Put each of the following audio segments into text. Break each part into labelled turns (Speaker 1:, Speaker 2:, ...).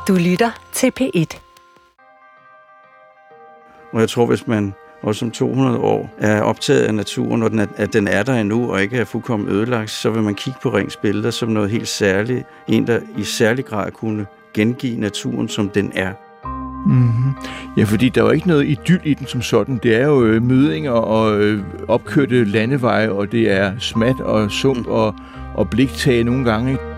Speaker 1: Du lytter til P1.
Speaker 2: Og jeg tror, hvis man også om 200 år er optaget af naturen, og at den er der endnu og ikke er fuldkommen ødelagt, så vil man kigge på Rings billeder som noget helt særligt. En, der i særlig grad kunne gengive naturen, som den er.
Speaker 3: Mm-hmm. Ja, fordi der er jo ikke noget idyl i den som sådan. Det er jo mødinger og opkørte landeveje, og det er smat og sump og bliktag nogle gange, ikke?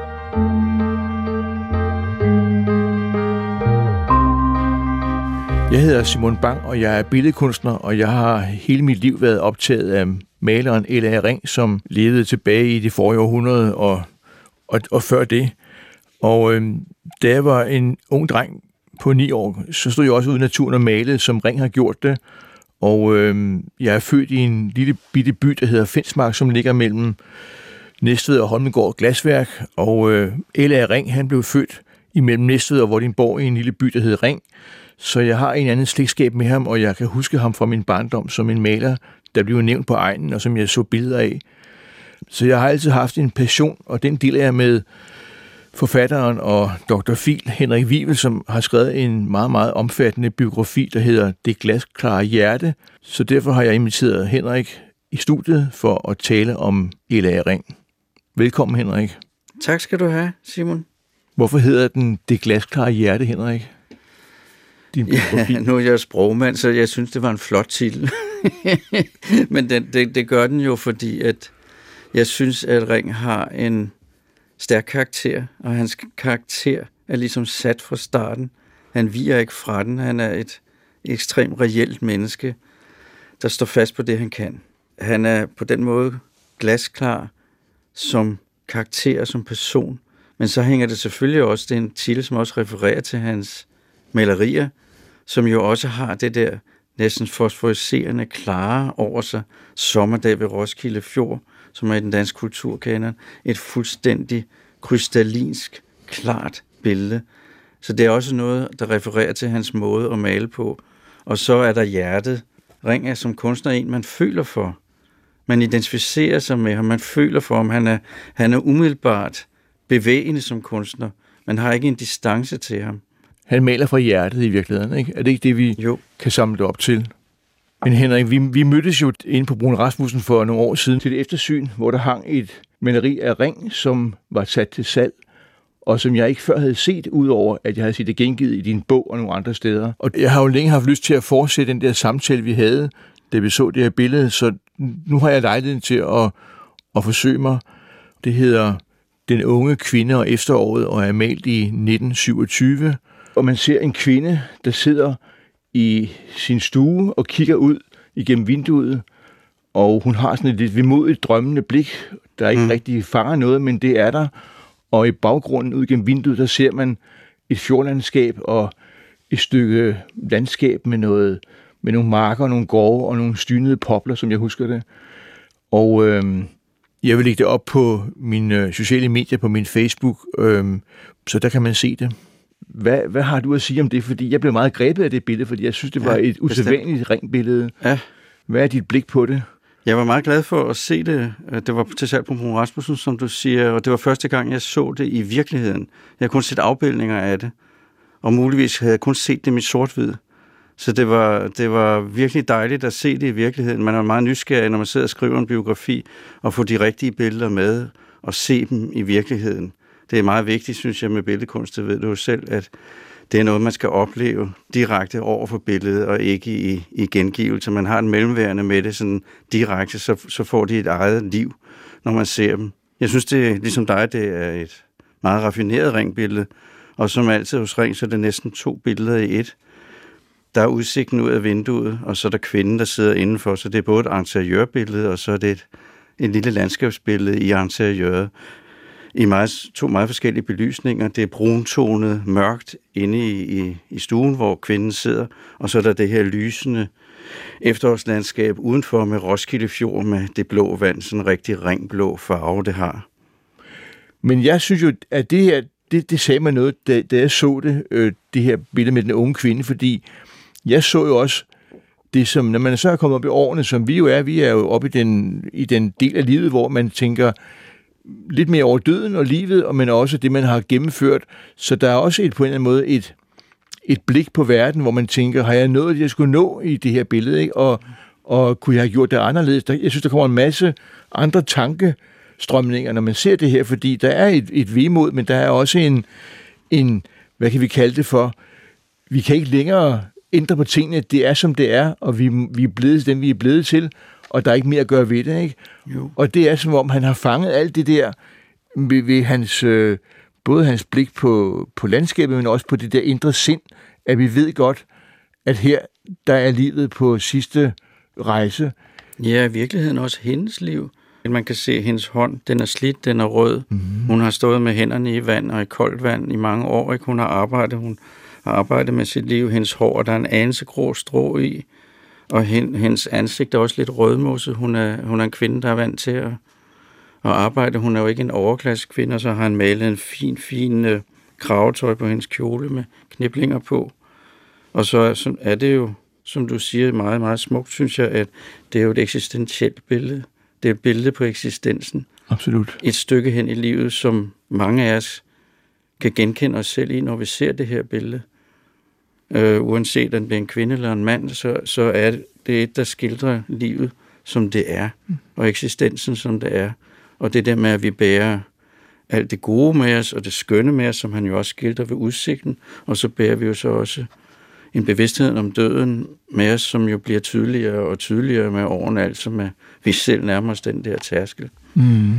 Speaker 3: Jeg hedder Simon Bang, og jeg er billedkunstner, og jeg har hele mit liv været optaget af maleren L.A. Ring, som levede tilbage i det forrige århundrede og før det. Og da jeg var en ung dreng på 9 år, så stod jeg også ude i naturen og malede, som Ring har gjort det. Og jeg er født i en lille bitte by, der hedder Fensmark, som ligger mellem Næstved og Holmegaard Glasværk. Og L.A. Ring, han blev født imellem Næstved og Vordingborg i en lille by, der hedder Ring. Så jeg har en anden slægtskab med ham, og jeg kan huske ham fra min barndom som en maler, der blev nævnt på egnen, og som jeg så billeder af. Så jeg har altid haft en passion, og den deler jeg med forfatteren og Dr. Phil Henrik Wivel, som har skrevet en meget, meget omfattende biografi, der hedder Det glasklare hjerte. Så derfor har jeg inviteret Henrik i studiet for at tale om L.A. Ring. Velkommen, Henrik.
Speaker 2: Tak skal du have, Simon.
Speaker 3: Hvorfor hedder den Det glasklare hjerte, Henrik?
Speaker 2: Ja, nu er jeg sprogmand, så jeg synes, det var en flot titel. Men det gør den jo, fordi at jeg synes, at Ring har en stærk karakter, og hans karakter er ligesom sat fra starten. Han viger ikke fra den. Han er et ekstremt reelt menneske, der står fast på det, han kan. Han er på den måde glasklar som karakter, som person. Men så hænger det selvfølgelig også, det er en titel, som også refererer til hans malerier, som jo også har det der næsten fosforiserende klare over sig. Sommerdag ved Roskilde Fjord, som er i den danske kulturkanon. Et fuldstændig krystallinsk, klart billede. Så det er også noget, der refererer til hans måde at male på. Og så er der hjertet. Ring er som kunstner en, man føler for. Man identificerer sig med ham, man føler for ham. Han er umiddelbart bevægende som kunstner. Man har ikke en distance til ham.
Speaker 3: Han maler fra hjertet i virkeligheden, ikke? Er det ikke det, vi kan samle det op til? Men Henrik, vi mødtes jo inde på Brun Rasmussen for nogle år siden til et eftersyn, hvor der hang et maleri af Ring, som var sat til salg, og som jeg ikke før havde set, udover at jeg havde set det gengivet i din bog og nogle andre steder. Og jeg har jo længe haft lyst til at fortsætte den der samtale, vi havde, da vi så det her billede, så nu har jeg lejligheden til at forsøge mig. Det hedder Den unge kvinde og efteråret, og er malt i 1927. Og man ser en kvinde, der sidder i sin stue og kigger ud igennem vinduet, og hun har sådan et lidt vemodigt drømmende blik, der ikke rigtig fanger noget, men det er der. Og i baggrunden ud igennem vinduet, der ser man et fjordlandskab og et stykke landskab med nogle marker, nogle gårde og nogle stynede popler, som jeg husker det. Og jeg vil lægge det op på mine sociale medier, på min Facebook, så der kan man se det. Hvad har du at sige om det? Fordi jeg blev meget grebet af det billede, fordi jeg synes, det var et usædvanligt Ring-billede.
Speaker 2: Ja. Hvad
Speaker 3: er dit blik på det?
Speaker 2: Jeg var meget glad for at se det. Det var til salg på Brun Rasmussen, som du siger, og det var første gang, jeg så det i virkeligheden. Jeg havde kun set afbildninger af det, og muligvis havde jeg kun set det med sort-hvid. Så det var virkelig dejligt at se det i virkeligheden. Man er meget nysgerrig, når man sidder og skriver en biografi, og får de rigtige billeder med, og se dem i virkeligheden. Det er meget vigtigt, synes jeg, med billedkunst, det ved du jo selv, at det er noget, man skal opleve direkte over for billedet, og ikke i gengivelse. Man har en mellemværende med det sådan direkte, så får de et eget liv, når man ser dem. Jeg synes, det er ligesom dig, det er et meget raffineret Ringbillede, og som altid hos Ring, så er det næsten 2 billeder i et. Der er udsigten ud af vinduet, og så er der kvinden, der sidder indenfor, så det er både et interiørbillede, og så er det et lille landskabsbillede i interiøret. I to meget forskellige belysninger. Det er bruntonet, mørkt inde i stuen, hvor kvinden sidder, og så er der det her lysende efterårslandskab udenfor med Roskilde Fjord med det blå vand, sådan en rigtig ringblå farve, det har.
Speaker 3: Men jeg synes jo, at det her, det sagde mig noget, da jeg så det her billede med den unge kvinde, fordi jeg så jo også det, som når man så er kommet op i årene, som vi er jo oppe i den del af livet, hvor man tænker, lidt mere over døden og livet, men også det, man har gennemført. Så der er også på en eller anden måde et blik på verden, hvor man tænker, har jeg nået det, jeg skulle nå i det her billede, ikke? Og kunne jeg have gjort det anderledes? Jeg synes, der kommer en masse andre tankestrømninger, når man ser det her, fordi der er et vemod, men der er også en, hvad kan vi kalde det for, vi kan ikke længere ændre på tingene, det er som det er, og vi er blevet dem, vi er blevet til, og der er ikke mere at gøre ved det, ikke?
Speaker 2: Jo.
Speaker 3: Og det er som om, han har fanget alt det der ved hans, både hans blik på landskabet, men også på det der indre sind, at vi ved godt, at her, der er livet på sidste rejse.
Speaker 2: Ja, i virkeligheden også hendes liv. Man kan se hendes hånd, den er slidt, den er rød. Mm-hmm. Hun har stået med hænderne i vand og i koldt vand i mange år, ikke? Hun har arbejdet med sit liv. Hendes hår, der er en anelse grå strå i, og hendes ansigt er også lidt rødmosset. Hun er en kvinde, der er vant til at arbejde. Hun er jo ikke en overklasse kvinde, og så har han malet en fin kravetøj på hendes kjole med kniplinger på. Og så er det jo, som du siger, meget, meget smukt, synes jeg, at det er jo et eksistentielt billede. Det er et billede på eksistensen.
Speaker 3: Absolut. Et
Speaker 2: stykke hen i livet, som mange af os kan genkende os selv i, når vi ser det her billede. Uanset om det er en kvinde eller en mand, så er det et, der skildrer livet, som det er, og eksistensen, som det er. Og det der med, at vi bærer alt det gode med os, og det skønne med os, som han jo også skildrer ved udsigten, og så bærer vi jo så også en bevidsthed om døden med os, som jo bliver tydeligere og tydeligere med årene, altså med vi selv nærmer os den der tærskel.
Speaker 3: Mm.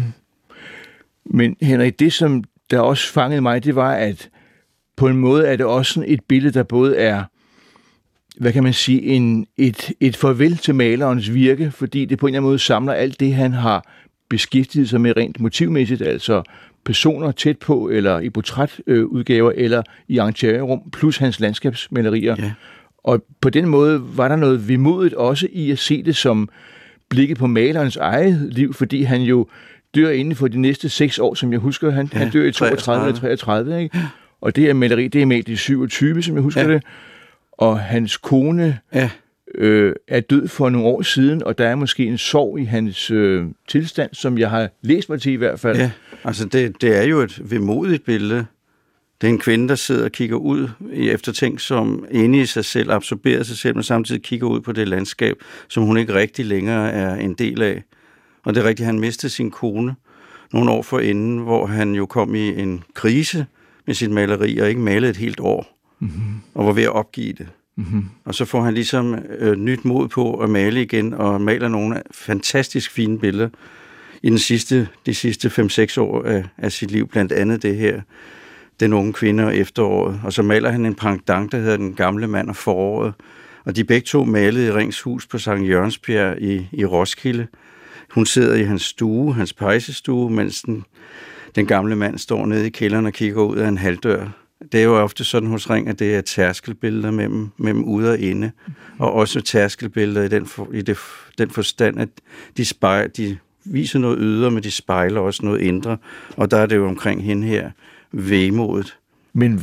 Speaker 3: Men Henrik, det som der også fangede mig, det var, at på en måde er det også sådan et billede, der både er, hvad kan man sige, et farvel til malerens virke, fordi det på en eller anden måde samler alt det, han har beskæftiget sig med rent motivmæssigt, altså personer tæt på, eller i portrætudgaver, eller i interiørrum, plus hans landskabsmalerier. Ja. Og på den måde var der noget vemodigt også i at se det som blikket på malerens eget liv, fordi han jo dør inden for de næste 6 år, som jeg husker. Han dør i 32 eller 33, ikke? Og det her maleri, det er med i 27, som jeg husker det. Og hans kone er død for nogle år siden, og der er måske en sorg i hans tilstand, som jeg har læst mig til i hvert fald.
Speaker 2: Ja, altså det er jo et vemodigt billede. Det er en kvinde, der sidder og kigger ud i eftertænk, som inde i sig selv, absorberer sig selv, men samtidig kigger ud på det landskab, som hun ikke rigtig længere er en del af. Og det er rigtigt, han mistede sin kone nogle år forinden, hvor han jo kom i en krise med sit maleri, og ikke malede et helt år, og var ved at opgive det. Mm-hmm. Og så får han ligesom nyt mod på at male igen, og maler nogle fantastisk fine billeder i de sidste 5-6 år af sit liv, blandt andet det her, Den unge kvinde og efteråret. Og så maler han en pendant, der hedder Den gamle mand og foråret. Og de begge to malede i Rings hus på Sankt Jørgensbjerg i Roskilde. Hun sidder i hans stue, hans pejsestue, mens den gamle mand står nede i kælderen og kigger ud af en halvdør. Det er jo ofte sådan hos Ring, at det er tærskelbilleder mellem ude og inde, og også tærskelbilleder i den forstand, at de viser noget ydre, men de spejler også noget indre, og der er det jo omkring hende her vemodet.
Speaker 3: Men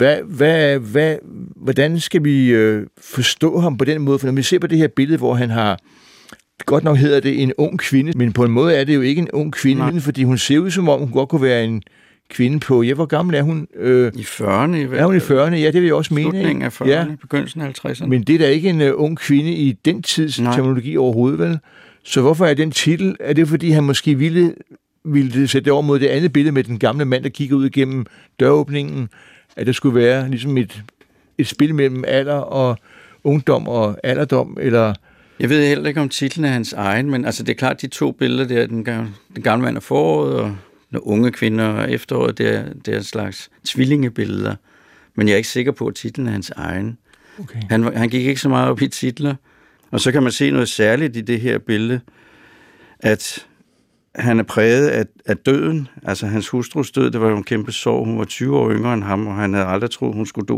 Speaker 3: hvordan skal vi forstå ham på den måde? For når vi ser på det her billede, hvor han har, godt nok hedder det en ung kvinde, men på en måde er det jo ikke en ung kvinde, fordi hun ser ud som om, hun godt kunne være en kvinde på, hvor gammel er hun?
Speaker 2: I 40'erne.
Speaker 3: Er hun i 40'erne? Ja, det vil jeg også mene.
Speaker 2: Slutningen af 40'erne, begyndelsen af 50'erne.
Speaker 3: Men det er da ikke en ung kvinde i den tids terminologi overhovedet, vel? Så hvorfor er den titel? Er det, fordi han måske ville sætte det over mod det andet billede med den gamle mand, der kigger ud igennem døråbningen, at der skulle være ligesom et spil mellem alder og ungdom og alderdom, eller...
Speaker 2: Jeg ved heller ikke om titlen er hans egen, men altså det er klart, de 2 billeder der, den gamle mand og foråret, og den unge kvinde og efteråret, det er en slags tvillingebilleder. Men jeg er ikke sikker på, at titlen er hans egen. Okay. Han gik ikke så meget op i titler. Og så kan man se noget særligt i det her billede, at han er præget af døden. Altså hans hustrus død, det var jo en kæmpe sorg. Hun var 20 år yngre end ham, og han havde aldrig troet,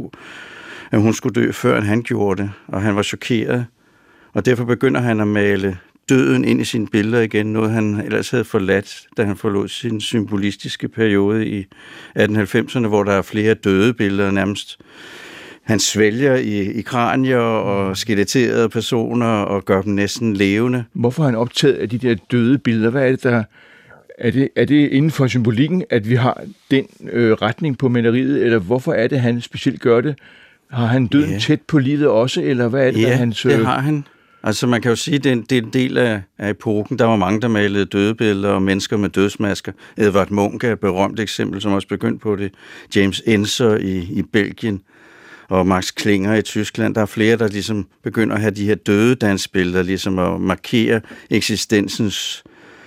Speaker 2: hun skulle dø, før han gjorde det. Og han var chokeret. Og derfor begynder han at male døden ind i sine billeder igen, noget han ellers havde forladt, da han forlod sin symbolistiske periode i 1890'erne, hvor der er flere døde billeder nærmest. Han svælger i kranier og skeletterede personer og gør dem næsten levende.
Speaker 3: Hvorfor har han optaget af de der døde billeder? Hvad er det, der... Er det inden for symbolikken, at vi har den retning på maleriet, eller hvorfor er det, han specielt gør det? Har han døden tæt på livet også, eller hvad er det, hans...
Speaker 2: det har han. Altså man kan jo sige, at det er en del af epoken. Der var mange, der malede dødebilleder og mennesker med dødsmasker. Edvard Munch er et berømt eksempel, som også begyndte på det. James Ensor i Belgien og Max Klinger i Tyskland. Der er flere, der ligesom begynder at have de her dødedansbilleder, ligesom at markere eksistensens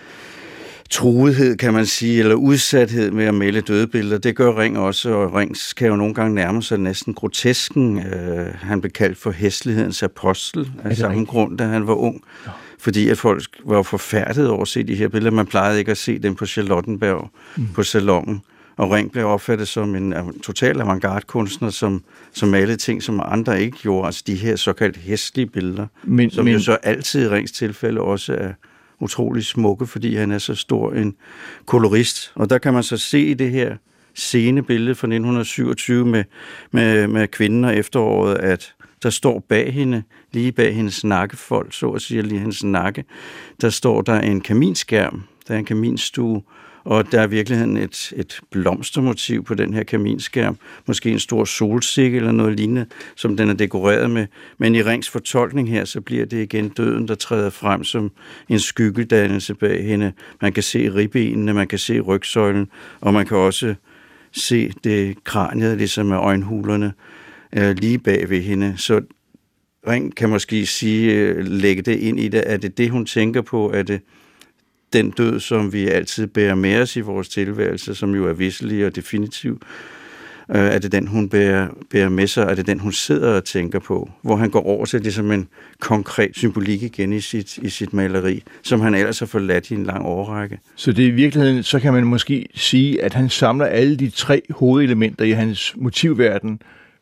Speaker 2: truethed, kan man sige, eller udsathed med at male dødebilleder. Det gør Ring også, og Ring kan jo nogle gange nærme sig næsten grotesken. Han blev kaldt for hæslighedens apostel af samme grund, da han var ung. Ja. Fordi at folk var forfærdet over at se de her billeder. Man plejede ikke at se dem på Charlottenberg, på Salonen. Og Ring blev opfattet som en total avantgarde-kunstner, som malede ting, som andre ikke gjorde. Altså de her såkaldt hæslige billeder, som jo så altid i Rings tilfælde også er utrolig smukke, fordi han er så stor en kolorist. Og der kan man så se det her scenebillede fra 1927 med kvinden og efteråret, at der står bag hende, lige bag hendes nakkefold, så at sige, lige hendes nakke, der står der en kaminskærm, der er en kaminstue, og der er i virkeligheden et blomstermotiv på den her kaminskærm, måske en stor solsikke eller noget lignende, som den er dekoreret med. Men i Rings fortolkning her, så bliver det igen døden, der træder frem som en skyggedannelse bag hende. Man kan se ribbenene, man kan se rygsøjlen, og man kan også se det kraniet, ligesom med øjenhulerne, lige bag ved hende. Så Ring kan måske lægge det ind i det. Er det, hun tænker på? Er det den død, som vi altid bærer med os i vores tilværelse, som jo er visselig og definitiv? Er det den, hun bærer med sig? Er det den, hun sidder og tænker på? Hvor han går over til det som en konkret symbolik igen i sit maleri, som han ellers har forladt i en lang årrække.
Speaker 3: Så det i virkeligheden, så kan man måske sige, at han samler alle de 3 hovedelementer i hans motivverden: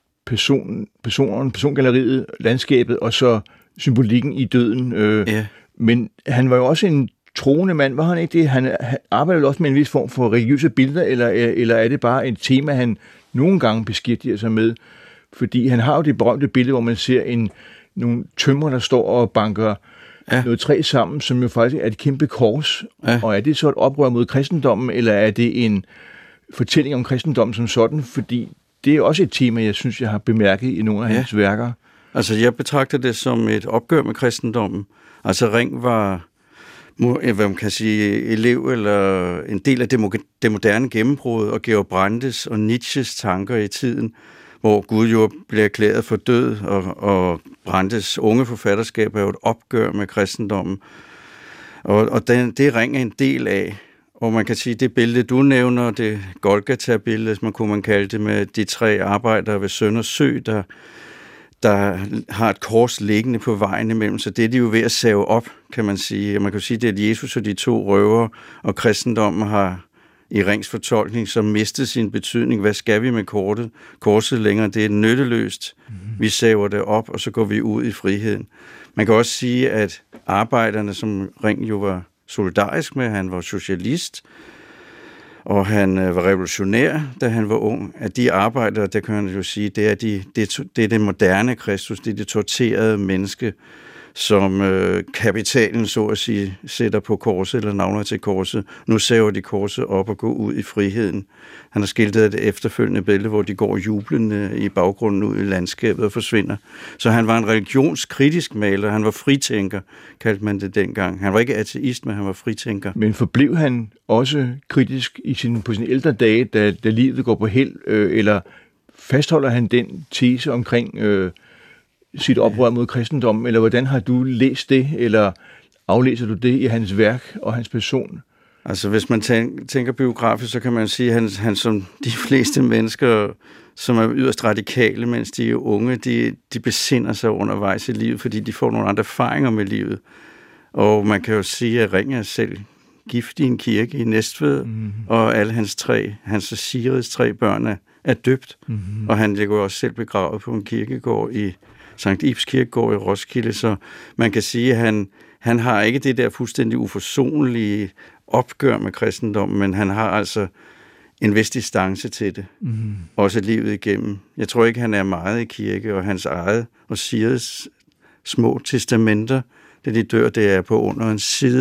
Speaker 3: persongalleriet, landskabet og så symbolikken i døden. Men han var jo også en troende mand, var han ikke det? Han arbejder jo også med en vis form for religiøse billeder, eller er det bare et tema, han nogle gange beskæftiger sig med? Fordi han har jo det berømte billede, hvor man ser nogle tømrer, der står og banker noget træ sammen, som jo faktisk er et kæmpe kors. Ja. Og er det så et oprør mod kristendommen, eller er det en fortælling om kristendommen som sådan? Fordi det er også et tema, jeg synes, jeg har bemærket i nogle af hans værker.
Speaker 2: Altså, jeg betragter det som et opgør med kristendommen. Altså, Ring var, hvad man kan sige, elev eller en del af det moderne gennembrud, og Georg Brandes og Nietzsches tanker i tiden, hvor Gud jo blev erklæret for død, og Brandes unge forfatterskab er jo et opgør med kristendommen. Og det Ring er en del af. Og man kan sige, det billede, du nævner, det Golgata-billede, man kunne kalde det, med de 3 arbejdere ved Sønders Sø, der har et kors liggende på vejen imellem, så det er de jo ved at save op, kan man sige. Man kan sige, det er, at Jesus og de 2 røvere, og kristendommen har i Rings fortolkning så mistet sin betydning. Hvad skal vi med korset længere? Det er nytteløst. Vi saver det op, og så går vi ud i friheden. Man kan også sige, at arbejderne, som Ring jo var solidarisk med, han var socialist, og han var revolutionær, da han var ung, at de arbejdere, der kan man jo sige, det er det moderne Kristus, det er det torterede menneske, som kapitalen, så at sige, sætter på korset, eller navner til korset. Nu saver de korset op og går ud i friheden. Han har skildret det efterfølgende billede, hvor de går jublende i baggrunden ud i landskabet og forsvinder. Så han var en religionskritisk maler, han var fritænker, kaldte man det dengang. Han var ikke ateist, men han var fritænker.
Speaker 3: Men forblev han også kritisk på sine ældre dage, da livet går på held, eller fastholder han den tese omkring sit oprør mod kristendommen, eller hvordan har du læst det, eller aflæser du det i hans værk og hans person?
Speaker 2: Altså, hvis man tænker biografisk, så kan man sige, at han som de fleste mennesker, som er yderst radikale, mens de er unge, de besinder sig undervejs i livet, fordi de får nogle andre erfaringer med livet. Og man kan jo sige, at Ring er selv gift i en kirke i Næstved, og alle hans og Sigrids 3 børn er døbt, og han ligger også selv begravet på en kirkegård i Sankt Ibs Kirkegård i Roskilde, så man kan sige, at han har ikke det der fuldstændig uforsonlige opgør med kristendommen, men han har altså en vis distance til det, også livet igennem. Jeg tror ikke, han er meget i kirke, og hans eget og Sigrids små testamenter, da de dør, det er på under en side,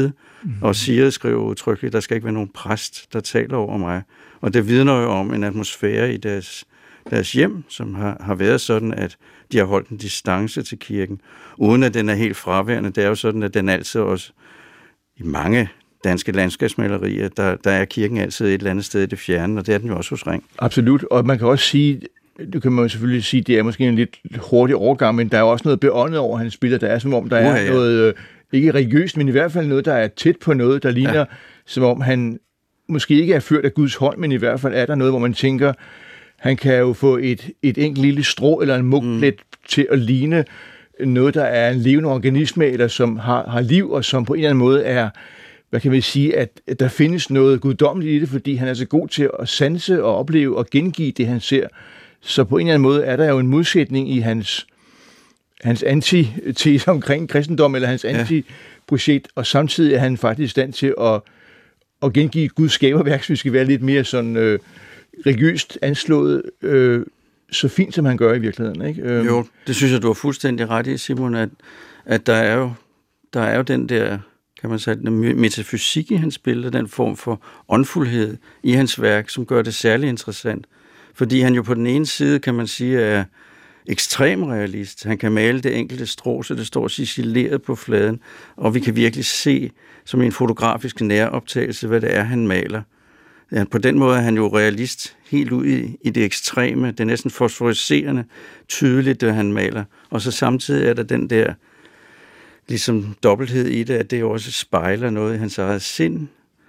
Speaker 2: Og Sigrid skriver udtrykkeligt, at der skal ikke være nogen præst, der taler over mig. Og det vidner jo om en atmosfære i deres hjem, som har været sådan, at de har holdt en distance til kirken, uden at den er helt fraværende. Det er jo sådan, at den altid også i mange danske landskabsmalerier, der er kirken altid et eller andet sted i det fjerne, og det er den jo også hos Ring.
Speaker 3: Absolut, og man kan også sige, det kan man selvfølgelig sige, det er måske en lidt hurtig overgang, men der er jo også noget beåndet over hans billeder. Der er som om, der er noget, ikke religiøst, men i hvert fald noget, der er tæt på noget, der ligner, som om han måske ikke er ført af Guds hånd, men i hvert fald er der noget, hvor man tænker, han kan jo få et enkelt lille strå eller en mugplet til at ligne noget, der er en levende organisme, eller som har liv, og som på en eller anden måde er, hvad kan vi sige, at der findes noget guddommeligt i det, fordi han er så god til at sanse og opleve og gengive det, han ser. Så på en eller anden måde er der jo en modsætning i hans antitese omkring kristendom, eller hans antiprojekt, og samtidig er han faktisk i stand til at gengive Guds skaberværk, så vi skal være lidt mere sådan religiøst anslået, så fint som han gør i virkeligheden. Ikke?
Speaker 2: Jo, det synes jeg, du har fuldstændig ret i, Simon, at der er jo den der, kan man sige, den metafysik i hans billeder, den form for åndfuldhed i hans værk, som gør det særlig interessant. Fordi han jo på den ene side, kan man sige, er ekstrem realist. Han kan male det enkelte strå, så det står ciseleret på fladen, og vi kan virkelig se som en fotografisk næroptagelse, hvad det er, han maler. Ja, på den måde er han jo realist helt ud i det ekstreme, det er næsten fosforiserende tydeligt, det han maler. Og så samtidig er der den der ligesom dobbelthed i det, at det også spejler noget i hans eget sind.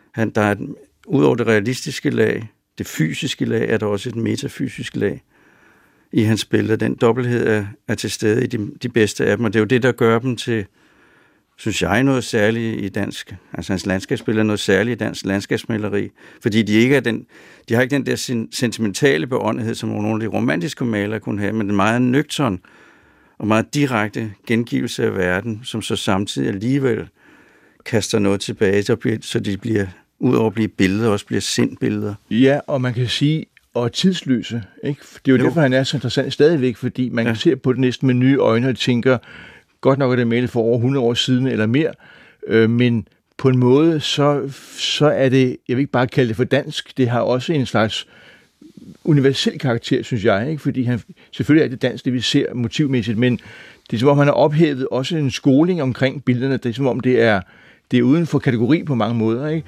Speaker 2: Udover det realistiske lag, det fysiske lag, er der også et metafysisk lag i hans billeder. Den dobbelthed er til stede i de bedste af dem, og det er jo det, der gør dem til, synes jeg, noget særligt i dansk. Altså hans landskabsbilleder er noget særligt i dansk landskabsmaleri, fordi de har ikke den der sentimentale beåndethed, som nogle af de romantiske malere kunne have, men en meget nøgtern og meget direkte gengivelse af verden, som så samtidig alligevel kaster noget tilbage, så de bliver, udover at blive billeder, også bliver sindbilleder.
Speaker 3: Ja, og man kan sige, og tidsløse. Ikke? Det er jo derfor, han er så interessant stadigvæk, fordi man kan se på det næsten med nye øjne og tænker, godt nok er det malet for over 100 år siden eller mere, men på en måde, så er det, jeg vil ikke bare kalde det for dansk, det har også en slags universel karakter, synes jeg, ikke? Fordi selvfølgelig er det dansk, det vi ser motivmæssigt, men det er som om, han har ophævet også en skoling omkring billederne, det er som om, det er uden for kategori på mange måder, ikke?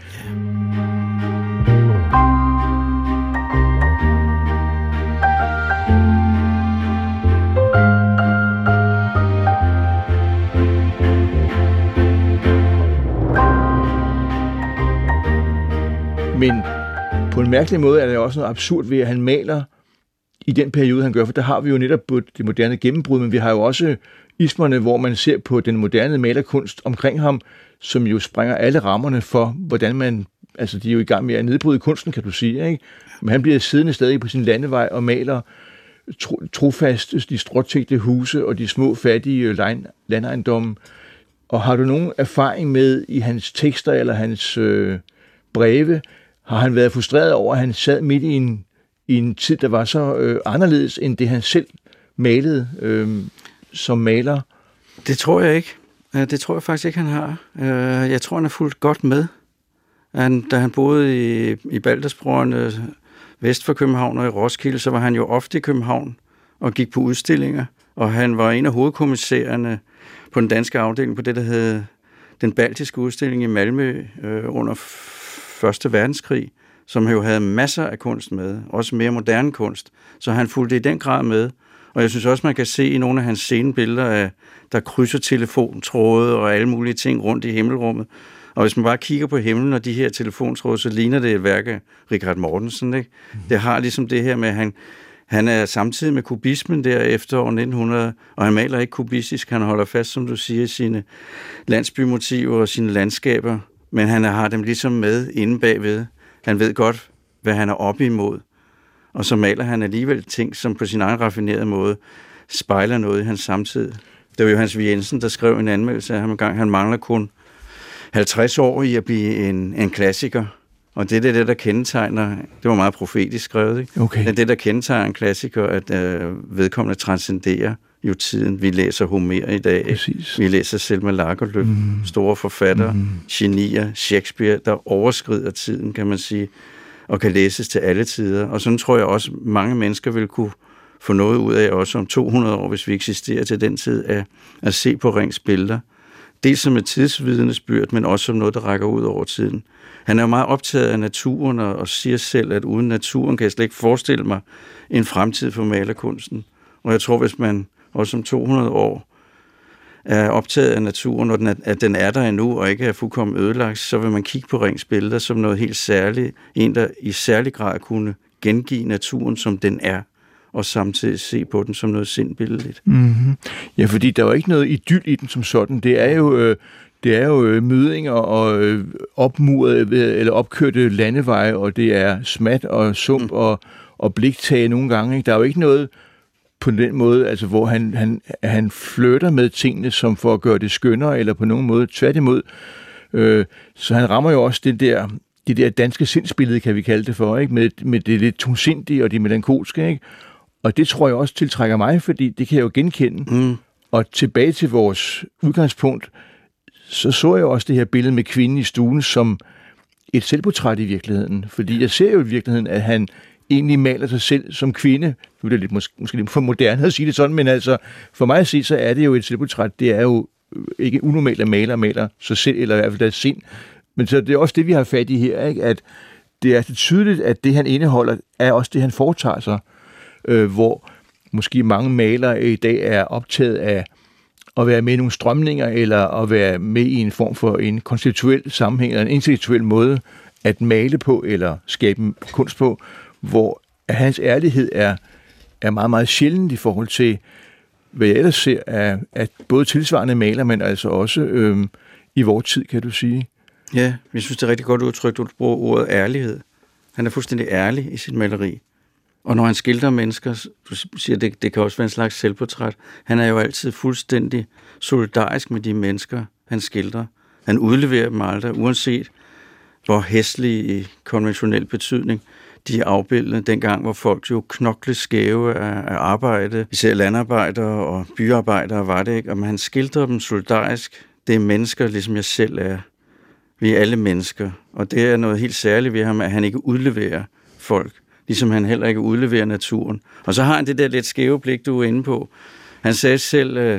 Speaker 3: Men på en mærkelig måde er det også noget absurd ved, at han maler i den periode, han gør, for der har vi jo netop det moderne gennembrud, men vi har jo også ismerne, hvor man ser på den moderne malerkunst omkring ham, som jo sprænger alle rammerne for, hvordan man, altså de er jo i gang med at nedbryde kunsten, kan du sige, ikke? Men han bliver siddende stadig på sin landevej og maler trofast de stråtægte huse og de små fattige landejendomme. Og har du nogen erfaring med i hans tekster eller hans breve, har han været frustreret over, at han sad midt i en tid, der var så anderledes, end det han selv malede som maler?
Speaker 2: Det tror jeg ikke. Det tror jeg faktisk ikke, han har. Jeg tror, han er fulgt godt med. Da han boede i Baldersbrøndene vest for København og i Roskilde, så var han jo ofte i København og gik på udstillinger. Og han var en af hovedkommissærerne på den danske afdeling på det, der hed den baltiske udstilling i Malmø under Første Verdenskrig, som jo havde masser af kunst med, også mere moderne kunst. Så han fulgte i den grad med. Og jeg synes også, man kan se i nogle af hans scenebilleder, der krydser telefontråde og alle mulige ting rundt i himmelrummet. Og hvis man bare kigger på himlen og de her telefontråde, så ligner det et værk af Richard Mortensen. Ikke? Det har ligesom det her med, at han er samtidig med kubismen der efter år 1900, og han maler ikke kubistisk, han holder fast, som du siger, sine landsbymotiver og sine landskaber, men han har dem ligesom med inde bagved. Han ved godt, hvad han er oppe imod. Og så maler han alligevel ting, som på sin egen raffinerede måde spejler noget i hans samtid. Det var Johannes V. Jensen, der skrev en anmeldelse af ham en gang. Han mangler kun 50 år i at blive en klassiker. Og det er det, der kendetegner, det var meget profetisk skrevet, ikke?
Speaker 3: Okay.
Speaker 2: Det er det, der kendetegner en klassiker, at vedkommende transcenderer jo tiden. Vi læser Homer i dag.
Speaker 3: Præcis.
Speaker 2: Vi læser Selma Lagerlöf, store forfattere, genier, Shakespeare, der overskrider tiden, kan man sige, og kan læses til alle tider. Og sådan tror jeg også, mange mennesker vil kunne få noget ud af også om 200 år, hvis vi eksisterer til den tid, at se på Rings billeder. Dels som et tidsvidnesbyrd, men også som noget, der rækker ud over tiden. Han er jo meget optaget af naturen og siger selv, at uden naturen kan jeg slet ikke forestille mig en fremtid for malerkunsten. Og jeg tror, hvis man også om 200 år er optaget af naturen, og at den er der endnu og ikke er fuldkommen ødelagt, så vil man kigge på Rings billeder som noget helt særligt. En, der i særlig grad kunne gengive naturen, som den er, og samtidig se på den som noget sindbilledeligt.
Speaker 3: Mm-hmm. Ja, fordi der er jo ikke noget idyl i den som sådan. Det er jo mødinger og opmurede eller opkørte landeveje, og det er smat og sump og bliktage nogle gange. Ikke? Der er jo ikke noget på den måde, altså hvor han flytter med tingene, som for at gøre det skønnere, eller på nogen måde tværtimod. Så han rammer jo også det der danske sindsbillede, kan vi kalde det for, ikke? Med det lidt tungsindige og det melankolske, ikke? Og det tror jeg også tiltrækker mig, fordi det kan jeg jo genkende. Og tilbage til vores udgangspunkt, så jeg også det her billede med kvinden i stuen som et selvportræt i virkeligheden. Fordi jeg ser jo i virkeligheden, at han egentlig maler sig selv som kvinde. Nu er det lidt, måske lidt for moderne at sige det sådan, men altså for mig at sige, så er det jo et selvportræt. Det er jo ikke unormalt, at maler sig selv, eller i hvert fald deres sind. Men så det er også det, vi har fat i her, ikke? At det er så tydeligt, at det, han indeholder, er også det, han foretager sig. Hvor måske mange malere i dag er optaget af at være med i nogle strømninger, eller at være med i en form for en konceptuel sammenhæng, eller en intellektuel måde at male på, eller skabe kunst på, hvor hans ærlighed er meget, meget sjældent i forhold til, hvad jeg ellers ser af både tilsvarende maler, men altså også i vores tid, kan du sige.
Speaker 2: Ja, jeg synes, det er rigtig godt udtrykt, du bruger ordet ærlighed. Han er fuldstændig ærlig i sit maleri. Og når han skildrer mennesker, du siger, det kan også være en slags selvportræt, han er jo altid fuldstændig solidarisk med de mennesker, han skildrer. Han udleverer dem aldrig, uanset hvor hæslige i konventionel betydning de er afbildet dengang, hvor folk jo knokle skæve af arbejde, især landarbejdere og byarbejdere var det ikke, og han skildrer dem solidarisk. Det er mennesker, ligesom jeg selv er. Vi er alle mennesker, og det er noget helt særligt ved ham, at han ikke udleverer folk, ligesom han heller ikke udleverer naturen. Og så har han det der lidt skæve blik, du er inde på. Han sagde selv,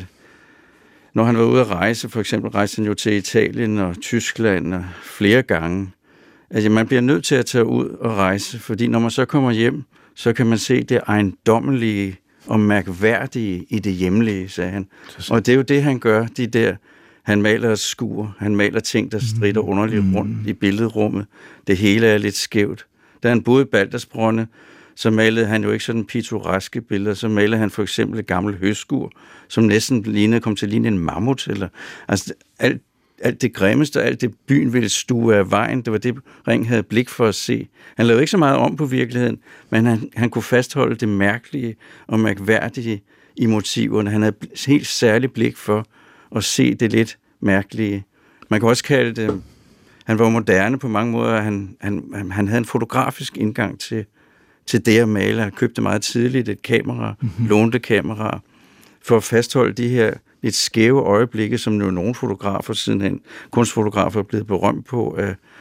Speaker 2: når han var ude at rejse, for eksempel rejste han jo til Italien og Tyskland og flere gange, at man bliver nødt til at tage ud og rejse, fordi når man så kommer hjem, så kan man se det ejendommelige og mærkværdige i det hjemlige, sagde han. Og det er jo det, han gør, han maler et skur, han maler ting, der strider underligt rundt i billedrummet. Det hele er lidt skævt. Da han boede i Baldersbrønde, så malede han jo ikke sådan pittoreske billeder, så malede han for eksempel et gammelt høskur, som næsten kom til at ligne en mammut, eller altså alt det grimmeste, alt det byen ville stue af vejen, det var det, Ring havde blik for at se. Han lavede ikke så meget om på virkeligheden, men han kunne fastholde det mærkelige og mærkværdige i motiverne. Han havde helt særligt blik for at se det lidt mærkelige. Man kan også kalde det, han var moderne på mange måder, han havde en fotografisk indgang til det at male. Han købte meget tidligt et kamera, lånte kameraer, for at fastholde de her lidt skæve øjeblikke, som jo nogle fotografer sidenhen, kunstfotografer er blevet berømt på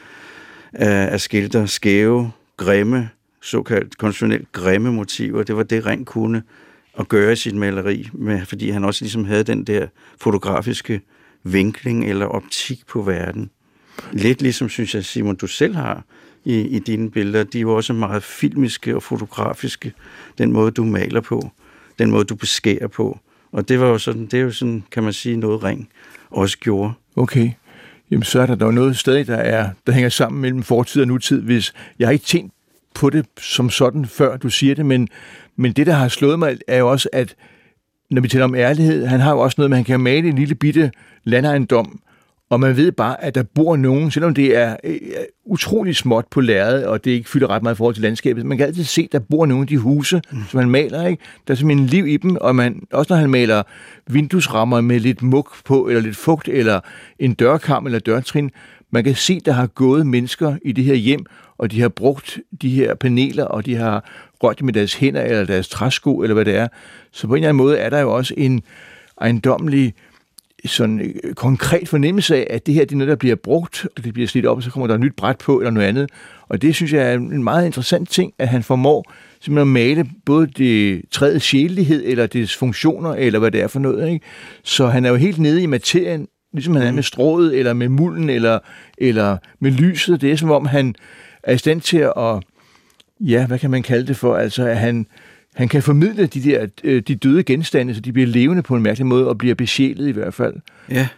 Speaker 2: at skildre skæve, grimme, såkaldt konventionelt grimme motiver. Det var det, Ring kunne at gøre i sit maleri, fordi han også ligesom havde den der fotografiske vinkling eller optik på verden. Lidt ligesom, synes jeg, Simon, du selv har i dine billeder. De er jo også meget filmiske og fotografiske, den måde, du maler på, den måde, du beskærer på. Og det er jo sådan, kan man sige, noget Ring også gjorde. Okay.
Speaker 3: Jamen, så er der dog noget stadig, der hænger sammen mellem fortid og nutid. Hvis jeg har ikke tænkt på det som sådan, før du siger det, men det, der har slået mig, er jo også, at når vi taler om ærlighed, han har jo også noget med, at han kan male en lille bitte landejendom, Og man ved bare, at der bor nogen, selvom det er utrolig småt på lærredet, og det ikke fylder ret meget i forhold til landskabet. Man kan altid se, at der bor nogle af de huse, som han maler, ikke? Der er simpelthen liv i dem, og også når han maler vinduesrammer med lidt muk på, eller lidt fugt, eller en dørkarm eller dørtrin, man kan se, der har gået mennesker i det her hjem, og de har brugt de her paneler, og de har rørt med deres hænder, eller deres træsko, eller hvad det er. Så på en eller anden måde er der jo også en ejendommelig sådan konkret fornemmelse af, at det her det er noget, der bliver brugt, og det bliver slidt op, og så kommer der et nyt bræt på, eller noget andet. Og det synes jeg er en meget interessant ting, at han formår simpelthen at male både det træets sjælelighed, eller dets funktioner, eller hvad det er for noget, ikke? Så han er jo helt nede i materien, ligesom han er med strået, eller med mulden, eller med lyset. Det er som om, han er i stand til at, ja, hvad kan man kalde det for, altså at han kan formidle de døde genstande, så de bliver levende på en mærkelig måde, og bliver besjælet i hvert fald.
Speaker 2: Ja,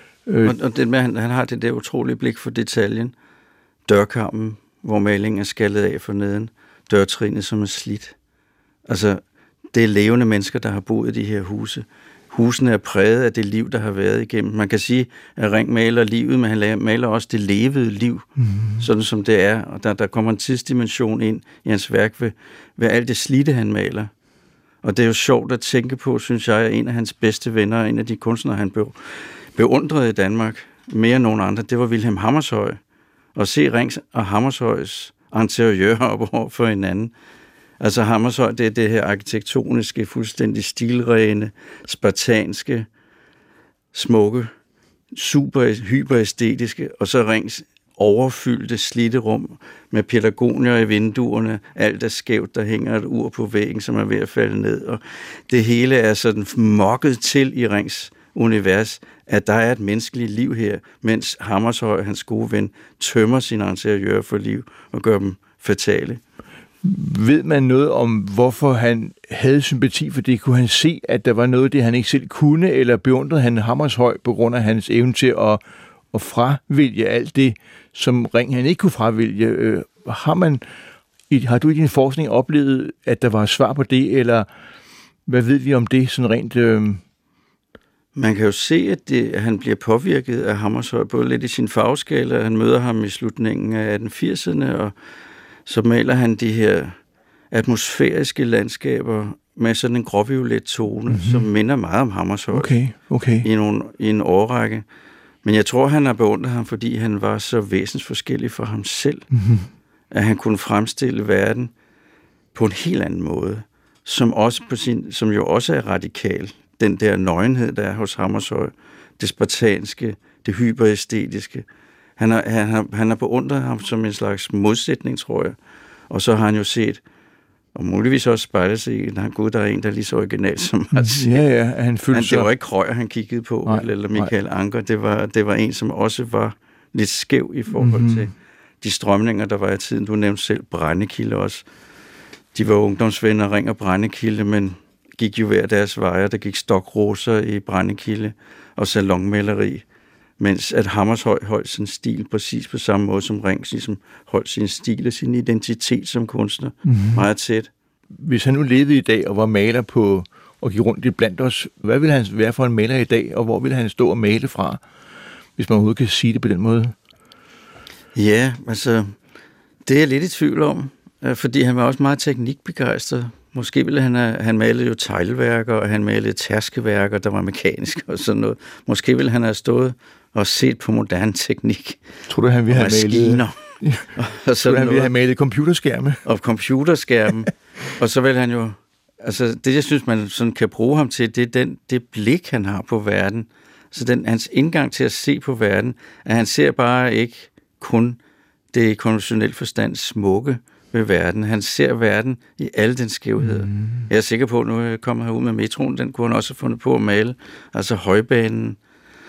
Speaker 2: og det med, han har det der utrolige blik for detaljen. Dørkarmen, hvor malingen er skaldet af for neden. Dørtrinet, som er slidt. Altså, det er levende mennesker, der har boet i de her huse. Husene er præget af det liv, der har været igennem. Man kan sige, at Ring maler livet, men han maler også det levede liv, sådan som det er. Og der kommer en tidsdimension ind i hans værk ved alt det slidte, han maler. Og det er jo sjovt at tænke på, synes jeg, at en af hans bedste venner, en af de kunstnere, han beundrede i Danmark, mere end nogen andre, det var Vilhelm Hammershøi. Og se Rings og Hammershøis interiører op over for hinanden. Altså Hammershøi, det er det her arkitektoniske, fuldstændig stilrene, spartanske, smukke, super hyperæstetiske, og så Rings overfyldte slidte rum med pelargonier i vinduerne, alt er skævt, der hænger et ur på væggen, som er ved at falde ned, og det hele er sådan mokket til i Rings univers, at der er et menneskeligt liv her, mens Hammershøi, hans gode ven, tømmer sine interiører for liv og gør dem fatale.
Speaker 3: Ved man noget om, hvorfor han havde sympati for det? Kunne han se, at der var noget af det, han ikke selv kunne, eller beundrede han Hammershøi på grund af hans evne til at fravælge alt det, som Ring han ikke kunne fravælge? Har du i din forskning oplevet, at der var svar på det, eller hvad ved vi om det sådan rent?
Speaker 2: Man kan jo se, at han bliver påvirket af Hammershøi, både lidt i sin farveskala. Han møder ham i slutningen af 1880'erne, og så maler han de her atmosfæriske landskaber med sådan en gråviolet tone, som minder meget om Hammershøi i en årrække. Men jeg tror, han har beundret ham, fordi han var så væsensforskellig fra ham selv, at han kunne fremstille verden på en helt anden måde, som jo også er radikal. Den der nøgenhed, der er hos Hammershøi, det spartanske, det hyperæstetiske. Han har beundret ham som en slags modsætning, tror jeg. Og så har han jo set, og muligvis også spejlet sig i, gud, der er en, der er lige så original som mig.
Speaker 3: Ja, han følte
Speaker 2: det var ikke Krøyer, han kiggede på, eller Michael Anker. Det var en, som også var lidt skæv i forhold til de strømninger, der var i tiden. Du nævnte selv Brændekilde også. De var ungdomsvenner, Ring og Brændekilde, men gik jo hver deres veje. Der gik stokroser i Brændekilde og salonmaleri, mens at Hammershøi holdt sin stil præcis på samme måde som Ring, ligesom holdt sin stil og sin identitet som kunstner meget tæt.
Speaker 3: Hvis han nu levede i dag og var maler på og gik rundt i blandt os, hvad ville han være for en maler i dag, og hvor ville han stå og male fra, hvis man overhovedet kan sige det på den måde?
Speaker 2: Ja, altså, det er jeg lidt i tvivl om, fordi han var også meget teknikbegejstret. Måske ville han malede jo teglværker, og han malede tærskeværker, der var mekaniske og sådan noget. Måske ville han have stået og set på moderne teknik.
Speaker 3: Tror du, han ville have malet?
Speaker 2: Og
Speaker 3: tror du, han ville have malet computerskærme?
Speaker 2: Og computerskærme. Og så vil han jo, altså det jeg synes, man sådan kan bruge ham til, det er det blik, han har på verden. Så hans indgang til at se på verden, at han ser bare ikke kun det i konventionel forstand smukke ved verden. Han ser verden i alle den skævheder. Jeg er sikker på, at nu jeg kommer herud med metroen, den kunne han også have fundet på at male. Altså højbanen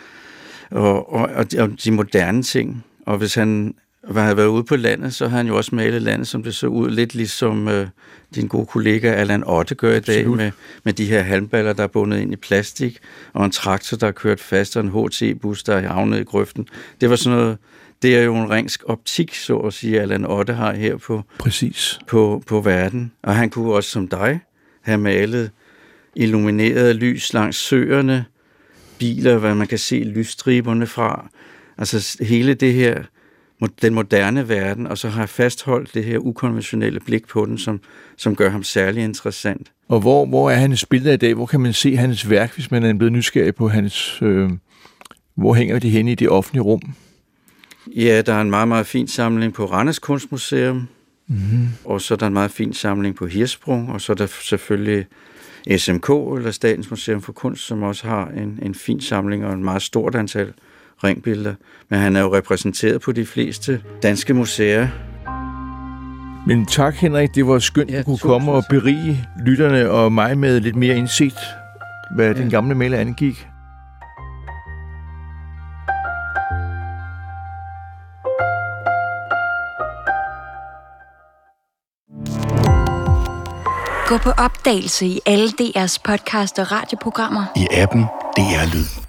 Speaker 2: og de moderne ting. Og hvis han havde været ude på landet, så har han jo også malet landet, som det så ud, lidt ligesom din gode kollega Allan Otte gør i dag, med de her halmballer, der er bundet ind i plastik, og en traktor, der er kørt fast, og en HT-bus, der er havnet i grøften. Det var sådan noget. Det er jo en ringsk optik, så at sige, Allan Otte har her på verden. Og han kunne også, som dig, have malet illumineret lys langs søerne, biler, hvad man kan se lysstriberne fra, Altså hele det her, den moderne verden, og så har jeg fastholdt det her ukonventionelle blik på den, som gør ham særlig interessant.
Speaker 3: Og hvor er hans billeder i dag? Hvor kan man se hans værk, hvis man er blevet nysgerrig på hans... Hvor hænger de henne i det offentlige rum?
Speaker 2: Ja, der er en meget, meget fin samling på Randers Kunstmuseum, og så er der en meget fin samling på Hirschsprung, og så er der selvfølgelig SMK, eller Statens Museum for Kunst, som også har en fin samling og en meget stort antal ringbilleder. Men han er jo repræsenteret på de fleste danske museer.
Speaker 3: Men tak, Henrik. Det var skønt, at du kunne komme og berige lytterne og mig med lidt mere indsigt, hvad den gamle maler angik.
Speaker 1: Gå på opdagelse i alle DR's podcast og radioprogrammer.
Speaker 4: I appen DR Lyd.